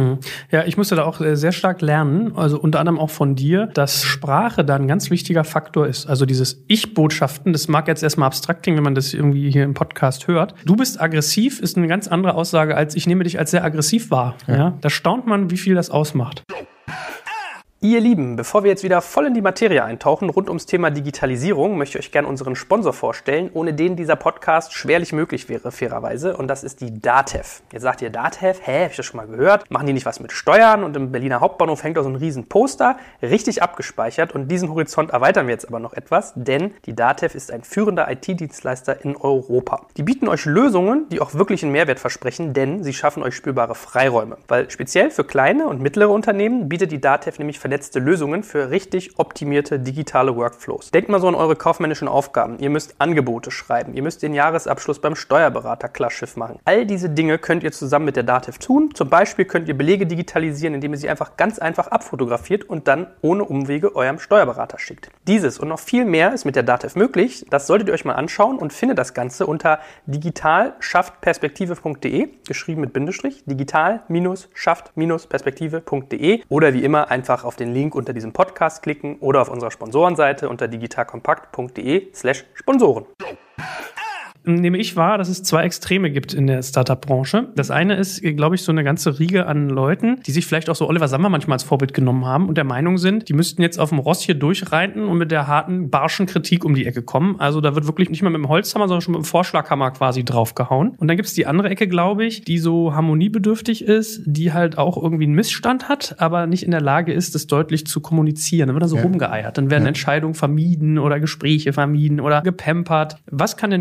Ja, ich musste da auch sehr stark lernen, also unter anderem auch von dir, dass Sprache da ein ganz wichtiger Faktor ist. Also dieses Ich-Botschaften, das mag jetzt erstmal abstrakt klingen, wenn man das irgendwie hier im Podcast hört. Du bist aggressiv, ist eine ganz andere Aussage als ich nehme dich als sehr aggressiv wahr. Ja, da staunt man, wie viel das ausmacht. Ihr Lieben, bevor wir jetzt wieder voll in die Materie eintauchen rund ums Thema Digitalisierung, möchte ich euch gerne unseren Sponsor vorstellen, ohne den dieser Podcast schwerlich möglich wäre, fairerweise. Und das ist die DATEV. Jetzt sagt ihr, DATEV? Hab ich das schon mal gehört? Machen die nicht was mit Steuern? Und im Berliner Hauptbahnhof hängt da so ein riesen Poster, richtig abgespeichert. Und diesen Horizont erweitern wir jetzt aber noch etwas, denn die DATEV ist ein führender IT-Dienstleister in Europa. Die bieten euch Lösungen, die auch wirklich einen Mehrwert versprechen, denn sie schaffen euch spürbare Freiräume. Weil speziell für kleine und mittlere Unternehmen bietet die DATEV nämlich vernetzte Lösungen für richtig optimierte digitale Workflows. Denkt mal so an eure kaufmännischen Aufgaben. Ihr müsst Angebote schreiben, ihr müsst den Jahresabschluss beim Steuerberater Klarschiff machen. All diese Dinge könnt ihr zusammen mit der DATEV tun. Zum Beispiel könnt ihr Belege digitalisieren, indem ihr sie einfach ganz einfach abfotografiert und dann ohne Umwege eurem Steuerberater schickt. Dieses und noch viel mehr ist mit der DATEV möglich. Das solltet ihr euch mal anschauen und findet das Ganze unter digital-schafft-perspektive.de, geschrieben mit Bindestrich, digital-schafft-perspektive.de, oder wie immer einfach auf den Link unter diesem Podcast klicken oder auf unserer Sponsorenseite unter digitalkompakt.de/Sponsoren. Nehme ich wahr, dass es 2 Extreme gibt in der Startup-Branche. Das eine ist, glaube ich, so eine ganze Riege an Leuten, die sich vielleicht auch so Oliver Sammer manchmal als Vorbild genommen haben und der Meinung sind, die müssten jetzt auf dem Ross hier durchreiten und mit der harten, barschen Kritik um die Ecke kommen. Also da wird wirklich nicht mehr mit dem Holzhammer, sondern schon mit dem Vorschlaghammer quasi draufgehauen. Und dann gibt es die andere Ecke, glaube ich, die so harmoniebedürftig ist, die halt auch irgendwie einen Missstand hat, aber nicht in der Lage ist, das deutlich zu kommunizieren. Dann wird da so rumgeeiert. Dann werden Entscheidungen vermieden oder Gespräche vermieden oder gepampert. Was kann denn ein guter Mittelweg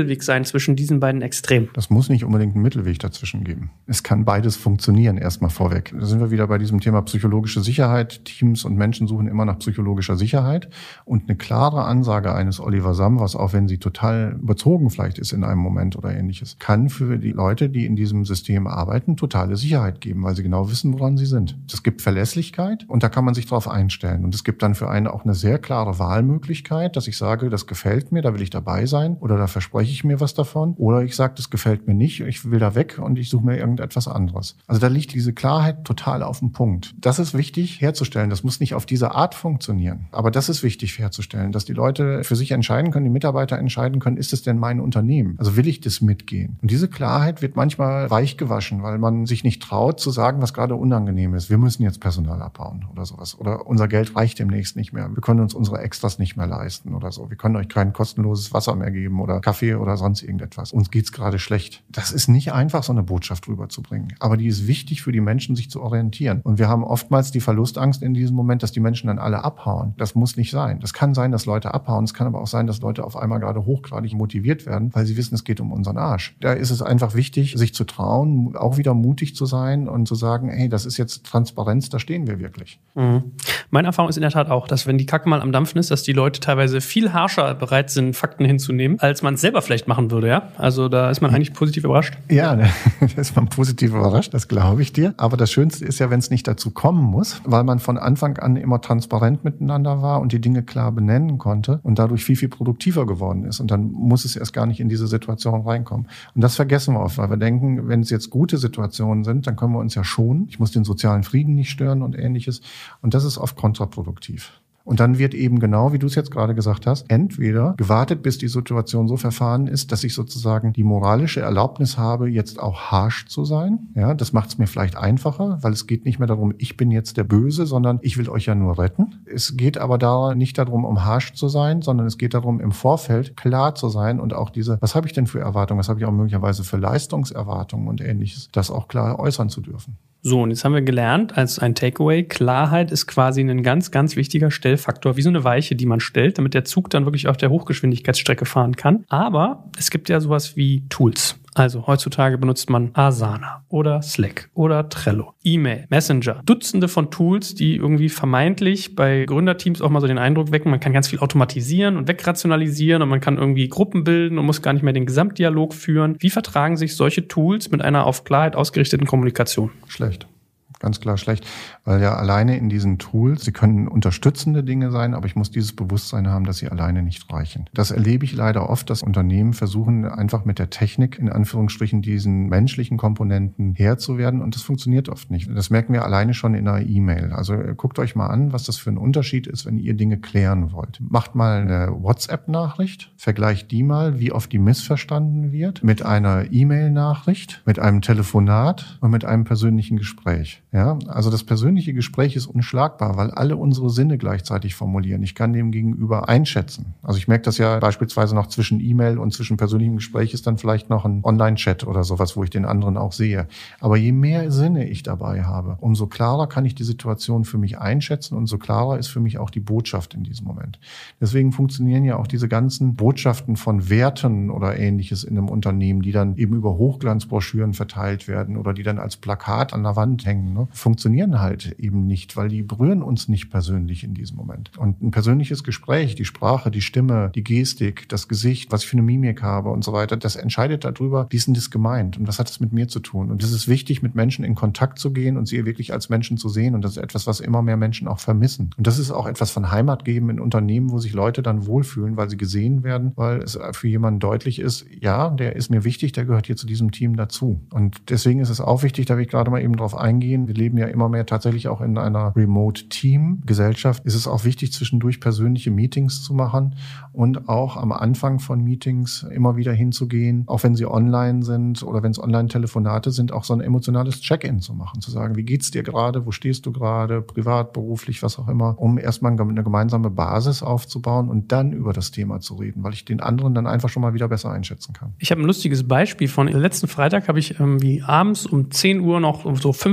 Mittelweg sein zwischen diesen beiden Extremen? Das muss nicht unbedingt einen Mittelweg dazwischen geben. Es kann beides funktionieren, erstmal vorweg. Da sind wir wieder bei diesem Thema psychologische Sicherheit. Teams und Menschen suchen immer nach psychologischer Sicherheit. Und eine klare Ansage eines Oliver Samwers, auch wenn sie total überzogen vielleicht ist in einem Moment oder Ähnliches, kann für die Leute, die in diesem System arbeiten, totale Sicherheit geben, weil sie genau wissen, woran sie sind. Es gibt Verlässlichkeit und da kann man sich drauf einstellen. Und es gibt dann für einen auch eine sehr klare Wahlmöglichkeit, dass ich sage, das gefällt mir, da will ich dabei sein oder da verspreche ich mir was davon. Oder ich sage, das gefällt mir nicht, ich will da weg und ich suche mir irgendetwas anderes. Also da liegt diese Klarheit total auf dem Punkt. Das ist wichtig herzustellen. Das muss nicht auf diese Art funktionieren. Aber das ist wichtig herzustellen, dass die Leute für sich entscheiden können, die Mitarbeiter entscheiden können, ist es denn mein Unternehmen? Also will ich das mitgehen? Und diese Klarheit wird manchmal weich gewaschen, weil man sich nicht traut zu sagen, was gerade unangenehm ist. Wir müssen jetzt Personal abbauen oder sowas. Oder unser Geld reicht demnächst nicht mehr. Wir können uns unsere Extras nicht mehr leisten oder so. Wir können euch kein kostenloses Wasser mehr geben oder Kaffee oder sonst irgendetwas. Uns geht's gerade schlecht. Das ist nicht einfach, so eine Botschaft rüberzubringen. Aber die ist wichtig für die Menschen, sich zu orientieren. Und wir haben oftmals die Verlustangst in diesem Moment, dass die Menschen dann alle abhauen. Das muss nicht sein. Das kann sein, dass Leute abhauen. Es kann aber auch sein, dass Leute auf einmal gerade hochgradig motiviert werden, weil sie wissen, es geht um unseren Arsch. Da ist es einfach wichtig, sich zu trauen, auch wieder mutig zu sein und zu sagen, hey, das ist jetzt Transparenz, da stehen wir wirklich. Mhm. Meine Erfahrung ist in der Tat auch, dass wenn die Kacke mal am Dampfen ist, dass die Leute teilweise viel harscher bereit sind, Fakten hinzunehmen, als man es selber vielleicht machen würde, ja? Also da ist man eigentlich positiv überrascht. Ja, da ist man positiv überrascht, das glaube ich dir. Aber das Schönste ist ja, wenn es nicht dazu kommen muss, weil man von Anfang an immer transparent miteinander war und die Dinge klar benennen konnte und dadurch viel, viel produktiver geworden ist. Und dann muss es erst gar nicht in diese Situation reinkommen. Und das vergessen wir oft, weil wir denken, wenn es jetzt gute Situationen sind, dann können wir uns ja schonen. Ich muss den sozialen Frieden nicht stören und Ähnliches. Und das ist oft kontraproduktiv. Und dann wird eben genau, wie du es jetzt gerade gesagt hast, entweder gewartet, bis die Situation so verfahren ist, dass ich sozusagen die moralische Erlaubnis habe, jetzt auch harsch zu sein. Ja, das macht es mir vielleicht einfacher, weil es geht nicht mehr darum, ich bin jetzt der Böse, sondern ich will euch ja nur retten. Es geht aber da nicht darum, um harsch zu sein, sondern es geht darum, im Vorfeld klar zu sein und auch diese, was habe ich denn für Erwartungen, was habe ich auch möglicherweise für Leistungserwartungen und Ähnliches, das auch klar äußern zu dürfen. So, und jetzt haben wir gelernt, als ein Takeaway, Klarheit ist quasi ein ganz, ganz wichtiger Stellfaktor, wie so eine Weiche, die man stellt, damit der Zug dann wirklich auf der Hochgeschwindigkeitsstrecke fahren kann. Aber es gibt ja sowas wie Tools. Also heutzutage benutzt man Asana oder Slack oder Trello, E-Mail, Messenger, Dutzende von Tools, die irgendwie vermeintlich bei Gründerteams auch mal so den Eindruck wecken, man kann ganz viel automatisieren und wegrationalisieren und man kann irgendwie Gruppen bilden und muss gar nicht mehr den Gesamtdialog führen. Wie vertragen sich solche Tools mit einer auf Klarheit ausgerichteten Kommunikation? Schlecht. Ganz klar schlecht, weil ja alleine in diesen Tools, sie können unterstützende Dinge sein, aber ich muss dieses Bewusstsein haben, dass sie alleine nicht reichen. Das erlebe ich leider oft, dass Unternehmen versuchen, einfach mit der Technik, in Anführungsstrichen, diesen menschlichen Komponenten Herr zu werden und das funktioniert oft nicht. Das merken wir alleine schon in einer E-Mail. Also guckt euch mal an, was das für ein Unterschied ist, wenn ihr Dinge klären wollt. Macht mal eine WhatsApp-Nachricht, vergleicht die mal, wie oft die missverstanden wird, mit einer E-Mail-Nachricht, mit einem Telefonat und mit einem persönlichen Gespräch. Ja, also das persönliche Gespräch ist unschlagbar, weil alle unsere Sinne gleichzeitig formulieren. Ich kann dem gegenüber einschätzen. Also ich merke das ja beispielsweise noch zwischen E-Mail und zwischen persönlichem Gespräch ist dann vielleicht noch ein Online-Chat oder sowas, wo ich den anderen auch sehe. Aber je mehr Sinne ich dabei habe, umso klarer kann ich die Situation für mich einschätzen und so klarer ist für mich auch die Botschaft in diesem Moment. Deswegen funktionieren ja auch diese ganzen Botschaften von Werten oder Ähnliches in einem Unternehmen, die dann eben über Hochglanzbroschüren verteilt werden oder die dann als Plakat an der Wand hängen. Funktionieren halt eben nicht, weil die berühren uns nicht persönlich in diesem Moment. Und ein persönliches Gespräch, die Sprache, die Stimme, die Gestik, das Gesicht, was ich für eine Mimik habe und so weiter, das entscheidet darüber, wie ist denn das gemeint und was hat es mit mir zu tun. Und es ist wichtig, mit Menschen in Kontakt zu gehen und sie wirklich als Menschen zu sehen. Und das ist etwas, was immer mehr Menschen auch vermissen. Und das ist auch etwas von Heimat geben in Unternehmen, wo sich Leute dann wohlfühlen, weil sie gesehen werden, weil es für jemanden deutlich ist, ja, der ist mir wichtig, der gehört hier zu diesem Team dazu. Und deswegen ist es auch wichtig, da will ich gerade mal eben drauf eingehen, wir leben ja immer mehr tatsächlich auch in einer Remote-Team-Gesellschaft. Ist es auch wichtig, zwischendurch persönliche Meetings zu machen und auch am Anfang von Meetings immer wieder hinzugehen, auch wenn sie online sind oder wenn es Online-Telefonate sind, auch so ein emotionales Check-in zu machen, zu sagen, wie geht's dir gerade, wo stehst du gerade, privat, beruflich, was auch immer, um erstmal eine gemeinsame Basis aufzubauen und dann über das Thema zu reden, weil ich den anderen dann einfach schon mal wieder besser einschätzen kann. Ich habe ein lustiges Beispiel von letzten Freitag habe ich wie abends um 10 Uhr noch so 50 E-Mails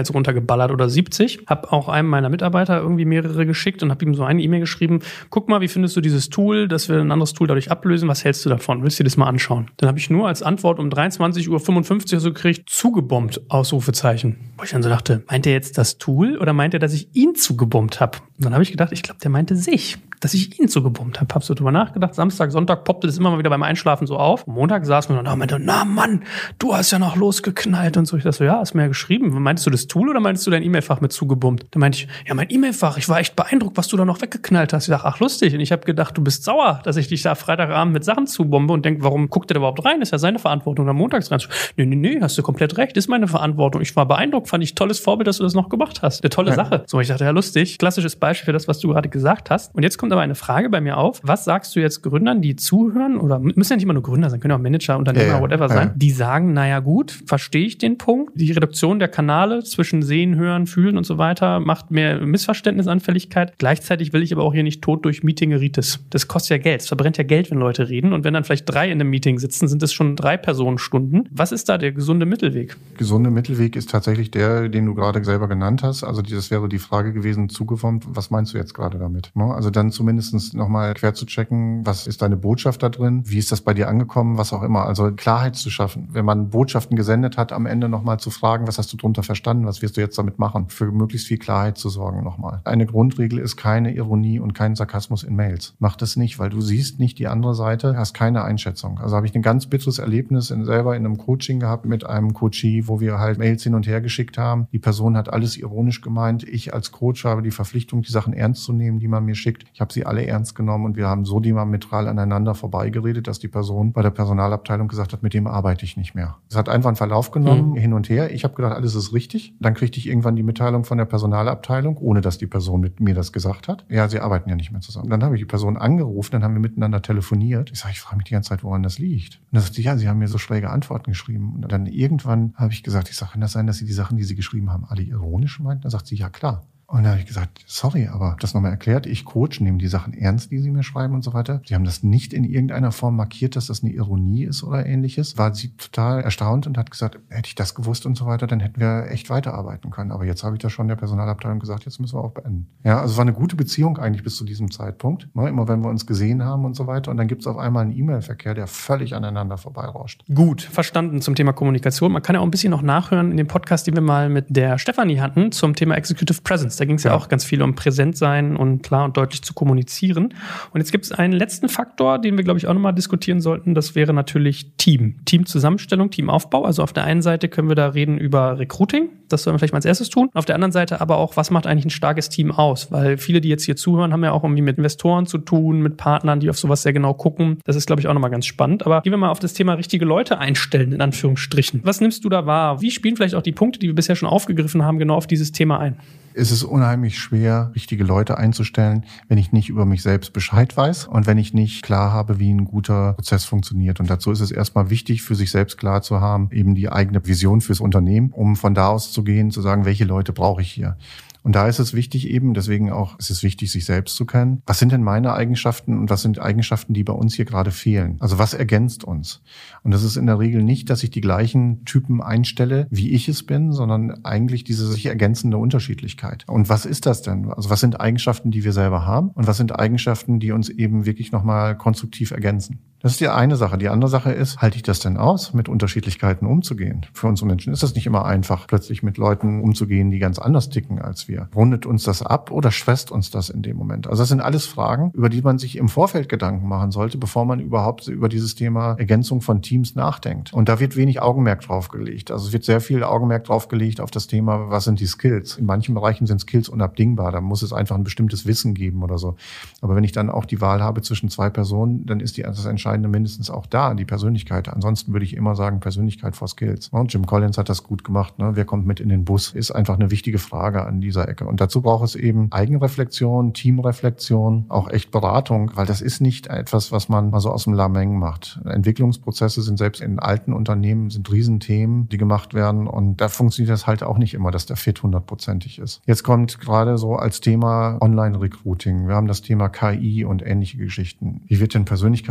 jetzt runtergeballert oder 70. Habe auch einem meiner Mitarbeiter irgendwie mehrere geschickt und habe ihm so eine E-Mail geschrieben, guck mal, wie findest du dieses Tool, dass wir ein anderes Tool dadurch ablösen, was hältst du davon? Willst du dir das mal anschauen? Dann habe ich nur als Antwort um 23:55 Uhr so gekriegt, zugebombt, Ausrufezeichen. Wo ich dann so dachte, meint er jetzt das Tool oder meint er, dass ich ihn zugebombt habe? Und dann habe ich gedacht, ich glaube, der meinte sich, dass ich ihn zugebombt habe. Hab so drüber nachgedacht. Samstag, Sonntag poppte das immer mal wieder beim Einschlafen so auf. Montag saß mir und meinte, na Mann, du hast ja noch losgeknallt und so. Ich dachte so, ja, hast mir ja geschrieben. Meintest du das Tool oder meintest du dein E-Mail-Fach mit zugebombt? Dann meinte ich, ja, mein E-Mail-Fach. Ich war echt beeindruckt, was du da noch weggeknallt hast. Ich dachte, ach lustig. Und ich habe gedacht, du bist sauer, dass ich dich da Freitagabend mit Sachen zubombe und denk, warum guckt der da überhaupt rein? Ist ja seine Verantwortung. Und dann montags rein. Nee, hast du komplett recht. Ist meine Verantwortung. Ich war beeindruckt, fand ich tolles Vorbild, dass du das noch gemacht hast. Eine tolle Sache. So, ich dachte, ja, lustig. Klassisches Beispiel für das, was du gerade gesagt hast. Und jetzt kommt aber eine Frage bei mir auf. Was sagst du jetzt Gründern, die zuhören, oder müssen ja nicht immer nur Gründer sein, können auch Manager, Unternehmer, whatever sein, die sagen, naja gut, verstehe ich den Punkt. Die Reduktion der Kanäle zwischen Sehen, Hören, Fühlen und so weiter macht mehr Missverständnisanfälligkeit. Gleichzeitig will ich aber auch hier nicht tot durch Meetingeritis. Das kostet ja Geld. Es verbrennt ja Geld, wenn Leute reden. Und wenn dann vielleicht 3 in einem Meeting sitzen, sind es schon 3 Personenstunden. Was ist da der gesunde Mittelweg? Gesunde Mittelweg ist tatsächlich der, den du gerade selber genannt hast. Also das wäre die Frage gewesen, zugeformt, was meinst du jetzt gerade damit? Also dann zumindest nochmal quer zu checken, was ist deine Botschaft da drin? Wie ist das bei dir angekommen? Was auch immer. Also Klarheit zu schaffen. Wenn man Botschaften gesendet hat, am Ende nochmal zu fragen, was hast du drunter verstanden? Was wirst du jetzt damit machen? Für möglichst viel Klarheit zu sorgen nochmal. Eine Grundregel ist keine Ironie und kein Sarkasmus in Mails. Mach das nicht, weil du siehst nicht die andere Seite, hast keine Einschätzung. Also habe ich ein ganz bitteres Erlebnis selber in einem Coaching gehabt mit einem Coachee, wo wir halt Mails hin und her geschickt haben. Die Person hat alles ironisch gemeint. Ich als Coach habe die Verpflichtung, die Sachen ernst zu nehmen, die man mir schickt. Ich habe sie alle ernst genommen und wir haben so diametral aneinander vorbeigeredet, dass die Person bei der Personalabteilung gesagt hat, mit dem arbeite ich nicht mehr. Es hat einfach einen Verlauf genommen, hin und her. Ich habe gedacht, alles ist richtig. Dann kriegte ich irgendwann die Mitteilung von der Personalabteilung, ohne dass die Person mit mir das gesagt hat. Ja, sie arbeiten ja nicht mehr zusammen. Dann habe ich die Person angerufen, dann haben wir miteinander telefoniert. Ich sage, ich frage mich die ganze Zeit, woran das liegt. Und dann sagt sie, ja, sie haben mir so schräge Antworten geschrieben. Und dann irgendwann habe ich gesagt, kann das sein, dass Sie die Sachen, die Sie geschrieben haben, alle ironisch meinten? Dann sagt sie, ja klar. Und dann habe ich gesagt, sorry, aber das nochmal erklärt, ich Coach, nehme die Sachen ernst, die Sie mir schreiben und so weiter. Sie haben das nicht in irgendeiner Form markiert, dass das eine Ironie ist oder ähnliches. War sie total erstaunt und hat gesagt, hätte ich das gewusst und so weiter, dann hätten wir echt weiterarbeiten können. Aber jetzt habe ich das schon der Personalabteilung gesagt, jetzt müssen wir auch beenden. Ja, also es war eine gute Beziehung eigentlich bis zu diesem Zeitpunkt. Immer wenn wir uns gesehen haben und so weiter. Und dann gibt es auf einmal einen E-Mail-Verkehr, der völlig aneinander vorbeirauscht. Gut, verstanden zum Thema Kommunikation. Man kann ja auch ein bisschen noch nachhören in dem Podcast, den wir mal mit der Stefanie hatten zum Thema Executive Presence. Da ging es ja auch ganz viel um präsent sein und klar und deutlich zu kommunizieren. Und jetzt gibt es einen letzten Faktor, den wir, glaube ich, auch nochmal diskutieren sollten. Das wäre natürlich Team. Teamzusammenstellung, Teamaufbau. Also auf der einen Seite können wir da reden über Recruiting. Das sollen wir vielleicht mal als erstes tun. Auf der anderen Seite aber auch, was macht eigentlich ein starkes Team aus? Weil viele, die jetzt hier zuhören, haben ja auch irgendwie mit Investoren zu tun, mit Partnern, die auf sowas sehr genau gucken. Das ist, glaube ich, auch nochmal ganz spannend. Aber gehen wir mal auf das Thema richtige Leute einstellen, in Anführungsstrichen. Was nimmst du da wahr? Wie spielen vielleicht auch die Punkte, die wir bisher schon aufgegriffen haben, genau auf dieses Thema ein? Es ist unheimlich schwer, richtige Leute einzustellen, wenn ich nicht über mich selbst Bescheid weiß und wenn ich nicht klar habe, wie ein guter Prozess funktioniert. Und dazu ist es erstmal wichtig, für sich selbst klar zu haben, eben die eigene Vision fürs Unternehmen, um von da aus zu gehen, zu sagen, welche Leute brauche ich hier. Und da ist es wichtig eben, deswegen auch, es ist wichtig, sich selbst zu kennen. Was sind denn meine Eigenschaften und was sind Eigenschaften, die bei uns hier gerade fehlen? Also was ergänzt uns? Und das ist in der Regel nicht, dass ich die gleichen Typen einstelle, wie ich es bin, sondern eigentlich diese sich ergänzende Unterschiedlichkeit. Und was ist das denn? Also was sind Eigenschaften, die wir selber haben? Und was sind Eigenschaften, die uns eben wirklich nochmal konstruktiv ergänzen? Das ist die eine Sache. Die andere Sache ist, halte ich das denn aus, mit Unterschiedlichkeiten umzugehen? Für unsere Menschen ist es nicht immer einfach, plötzlich mit Leuten umzugehen, die ganz anders ticken als wir. Rundet uns das ab oder schwächt uns das in dem Moment? Also das sind alles Fragen, über die man sich im Vorfeld Gedanken machen sollte, bevor man überhaupt über dieses Thema Ergänzung von Teams nachdenkt. Und da wird wenig Augenmerk drauf gelegt. Also es wird sehr viel Augenmerk drauf gelegt auf das Thema, was sind die Skills? In manchen Bereichen sind Skills unabdingbar. Da muss es einfach ein bestimmtes Wissen geben oder so. Aber wenn ich dann auch die Wahl habe zwischen 2 Personen, dann ist das Entscheidende mindestens auch da, die Persönlichkeit. Ansonsten würde ich immer sagen, Persönlichkeit vor Skills. Und Jim Collins hat das gut gemacht. Ne? Wer kommt mit in den Bus? Ist einfach eine wichtige Frage an dieser Ecke. Und dazu braucht es eben Eigenreflexion, Teamreflexion, auch echt Beratung, weil das ist nicht etwas, was man mal so aus dem Lameng macht. Entwicklungsprozesse sind selbst in alten Unternehmen sind Riesenthemen, die gemacht werden. Und da funktioniert das halt auch nicht immer, dass der Fit 100%ig ist. Jetzt kommt gerade so als Thema Online-Recruiting. Wir haben das Thema KI und ähnliche Geschichten. Wie wird denn Persönlichkeiten von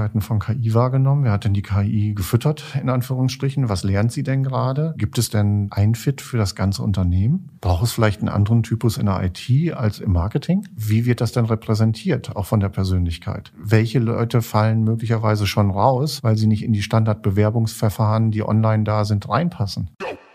KI wahrgenommen? Wer hat denn die KI gefüttert, in Anführungsstrichen? Was lernt sie denn gerade? Gibt es denn ein Fit für das ganze Unternehmen? Braucht es vielleicht einen anderen Typus in der IT als im Marketing? Wie wird das denn repräsentiert, auch von der Persönlichkeit? Welche Leute fallen möglicherweise schon raus, weil sie nicht in die Standardbewerbungsverfahren, die online da sind, reinpassen?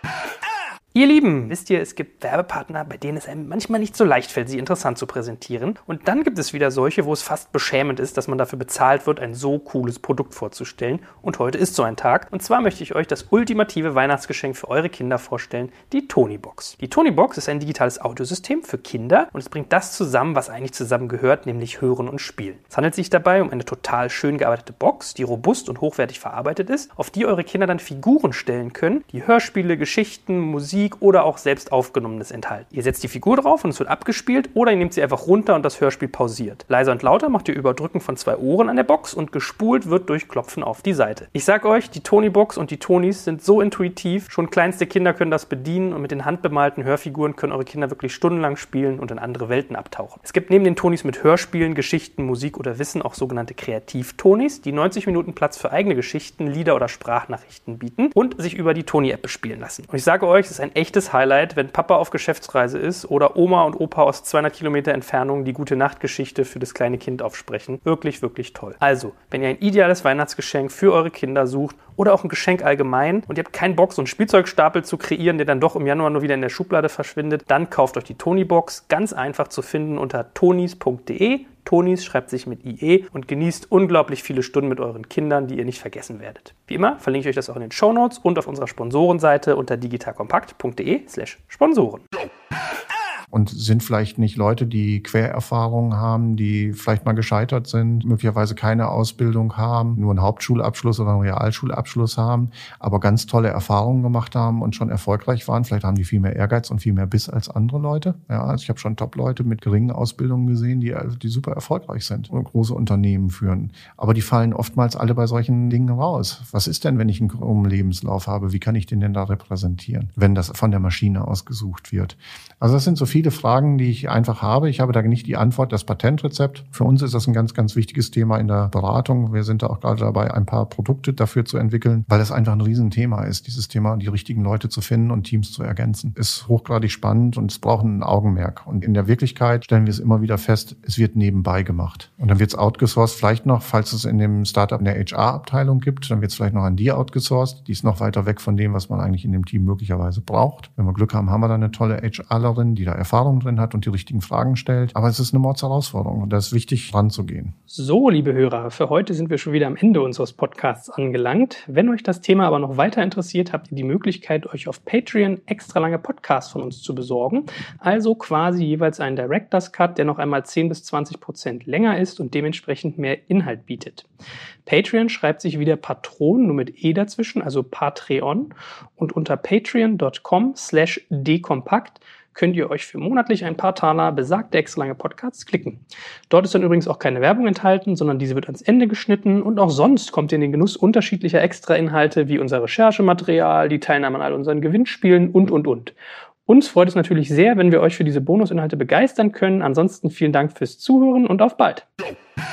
Ihr Lieben, wisst ihr, es gibt Werbepartner, bei denen es einem manchmal nicht so leicht fällt, sie interessant zu präsentieren. Und dann gibt es wieder solche, wo es fast beschämend ist, dass man dafür bezahlt wird, ein so cooles Produkt vorzustellen. Und heute ist so ein Tag. Und zwar möchte ich euch das ultimative Weihnachtsgeschenk für eure Kinder vorstellen, die Tonybox. Die Tonybox ist ein digitales Audiosystem für Kinder und es bringt das zusammen, was eigentlich zusammen gehört, nämlich Hören und Spielen. Es handelt sich dabei um eine total schön gearbeitete Box, die robust und hochwertig verarbeitet ist, auf die eure Kinder dann Figuren stellen können, die Hörspiele, Geschichten, Musik oder auch selbst Aufgenommenes enthalten. Ihr setzt die Figur drauf und es wird abgespielt oder ihr nehmt sie einfach runter und das Hörspiel pausiert. Leiser und lauter macht ihr über Drücken von 2 Ohren an der Box und gespult wird durch Klopfen auf die Seite. Ich sag euch, die Tonybox und die Tonys sind so intuitiv, schon kleinste Kinder können das bedienen und mit den handbemalten Hörfiguren können eure Kinder wirklich stundenlang spielen und in andere Welten abtauchen. Es gibt neben den Tonys mit Hörspielen, Geschichten, Musik oder Wissen auch sogenannte Kreativ-Tonys, die 90 Minuten Platz für eigene Geschichten, Lieder oder Sprachnachrichten bieten und sich über die Tony-App bespielen lassen. Und ich sage euch, es ist ein echtes Highlight, wenn Papa auf Geschäftsreise ist oder Oma und Opa aus 200 Kilometer Entfernung die Gute-Nacht-Geschichte für das kleine Kind aufsprechen. Wirklich, wirklich toll. Also, wenn ihr ein ideales Weihnachtsgeschenk für eure Kinder sucht oder auch ein Geschenk allgemein und ihr habt keinen Bock, so einen Spielzeugstapel zu kreieren, der dann doch im Januar nur wieder in der Schublade verschwindet, dann kauft euch die Tonybox, ganz einfach zu finden unter tonys.de. Tonys schreibt sich mit IE und genießt unglaublich viele Stunden mit euren Kindern, die ihr nicht vergessen werdet. Wie immer verlinke ich euch das auch in den Shownotes und auf unserer Sponsorenseite unter digitalkompakt.de/Sponsoren. Und sind vielleicht nicht Leute, die Quererfahrungen haben, die vielleicht mal gescheitert sind, möglicherweise keine Ausbildung haben, nur einen Hauptschulabschluss oder einen Realschulabschluss haben, aber ganz tolle Erfahrungen gemacht haben und schon erfolgreich waren. Vielleicht haben die viel mehr Ehrgeiz und viel mehr Biss als andere Leute. Ja, also ich habe schon Top-Leute mit geringen Ausbildungen gesehen, die super erfolgreich sind und große Unternehmen führen. Aber die fallen oftmals alle bei solchen Dingen raus. Was ist denn, wenn ich einen krummen Lebenslauf habe? Wie kann ich den denn da repräsentieren, wenn das von der Maschine ausgesucht wird? Also das sind so viele Fragen, die ich einfach habe. Ich habe da nicht die Antwort, das Patentrezept. Für uns ist das ein ganz, ganz wichtiges Thema in der Beratung. Wir sind da auch gerade dabei, ein paar Produkte dafür zu entwickeln, weil das einfach ein Riesenthema ist, dieses Thema, die richtigen Leute zu finden und Teams zu ergänzen. Ist hochgradig spannend und es braucht ein Augenmerk. Und in der Wirklichkeit stellen wir es immer wieder fest, es wird nebenbei gemacht. Und dann wird es outgesourced, vielleicht noch, falls es in dem Startup eine HR-Abteilung gibt, dann wird es vielleicht noch an die outgesourced. Die ist noch weiter weg von dem, was man eigentlich in dem Team möglicherweise braucht. Wenn wir Glück haben, haben wir dann eine tolle HRlerin, die da Erfahrung drin hat und die richtigen Fragen stellt. Aber es ist eine Mordsherausforderung und da ist wichtig, ranzugehen. So, liebe Hörer, für heute sind wir schon wieder am Ende unseres Podcasts angelangt. Wenn euch das Thema aber noch weiter interessiert, habt ihr die Möglichkeit, euch auf Patreon extra lange Podcasts von uns zu besorgen. Also quasi jeweils einen Director's Cut, der noch einmal 10-20% länger ist und dementsprechend mehr Inhalt bietet. Patreon schreibt sich wieder Patron, nur mit E dazwischen, also Patreon. Und unter patreon.com/dekompakt könnt ihr euch für monatlich ein paar Taler besagte extra lange Podcasts klicken. Dort ist dann übrigens auch keine Werbung enthalten, sondern diese wird ans Ende geschnitten und auch sonst kommt ihr in den Genuss unterschiedlicher Extra-Inhalte wie unser Recherchematerial, die Teilnahme an all unseren Gewinnspielen und. Uns freut es natürlich sehr, wenn wir euch für diese Bonusinhalte begeistern können. Ansonsten vielen Dank fürs Zuhören und auf bald.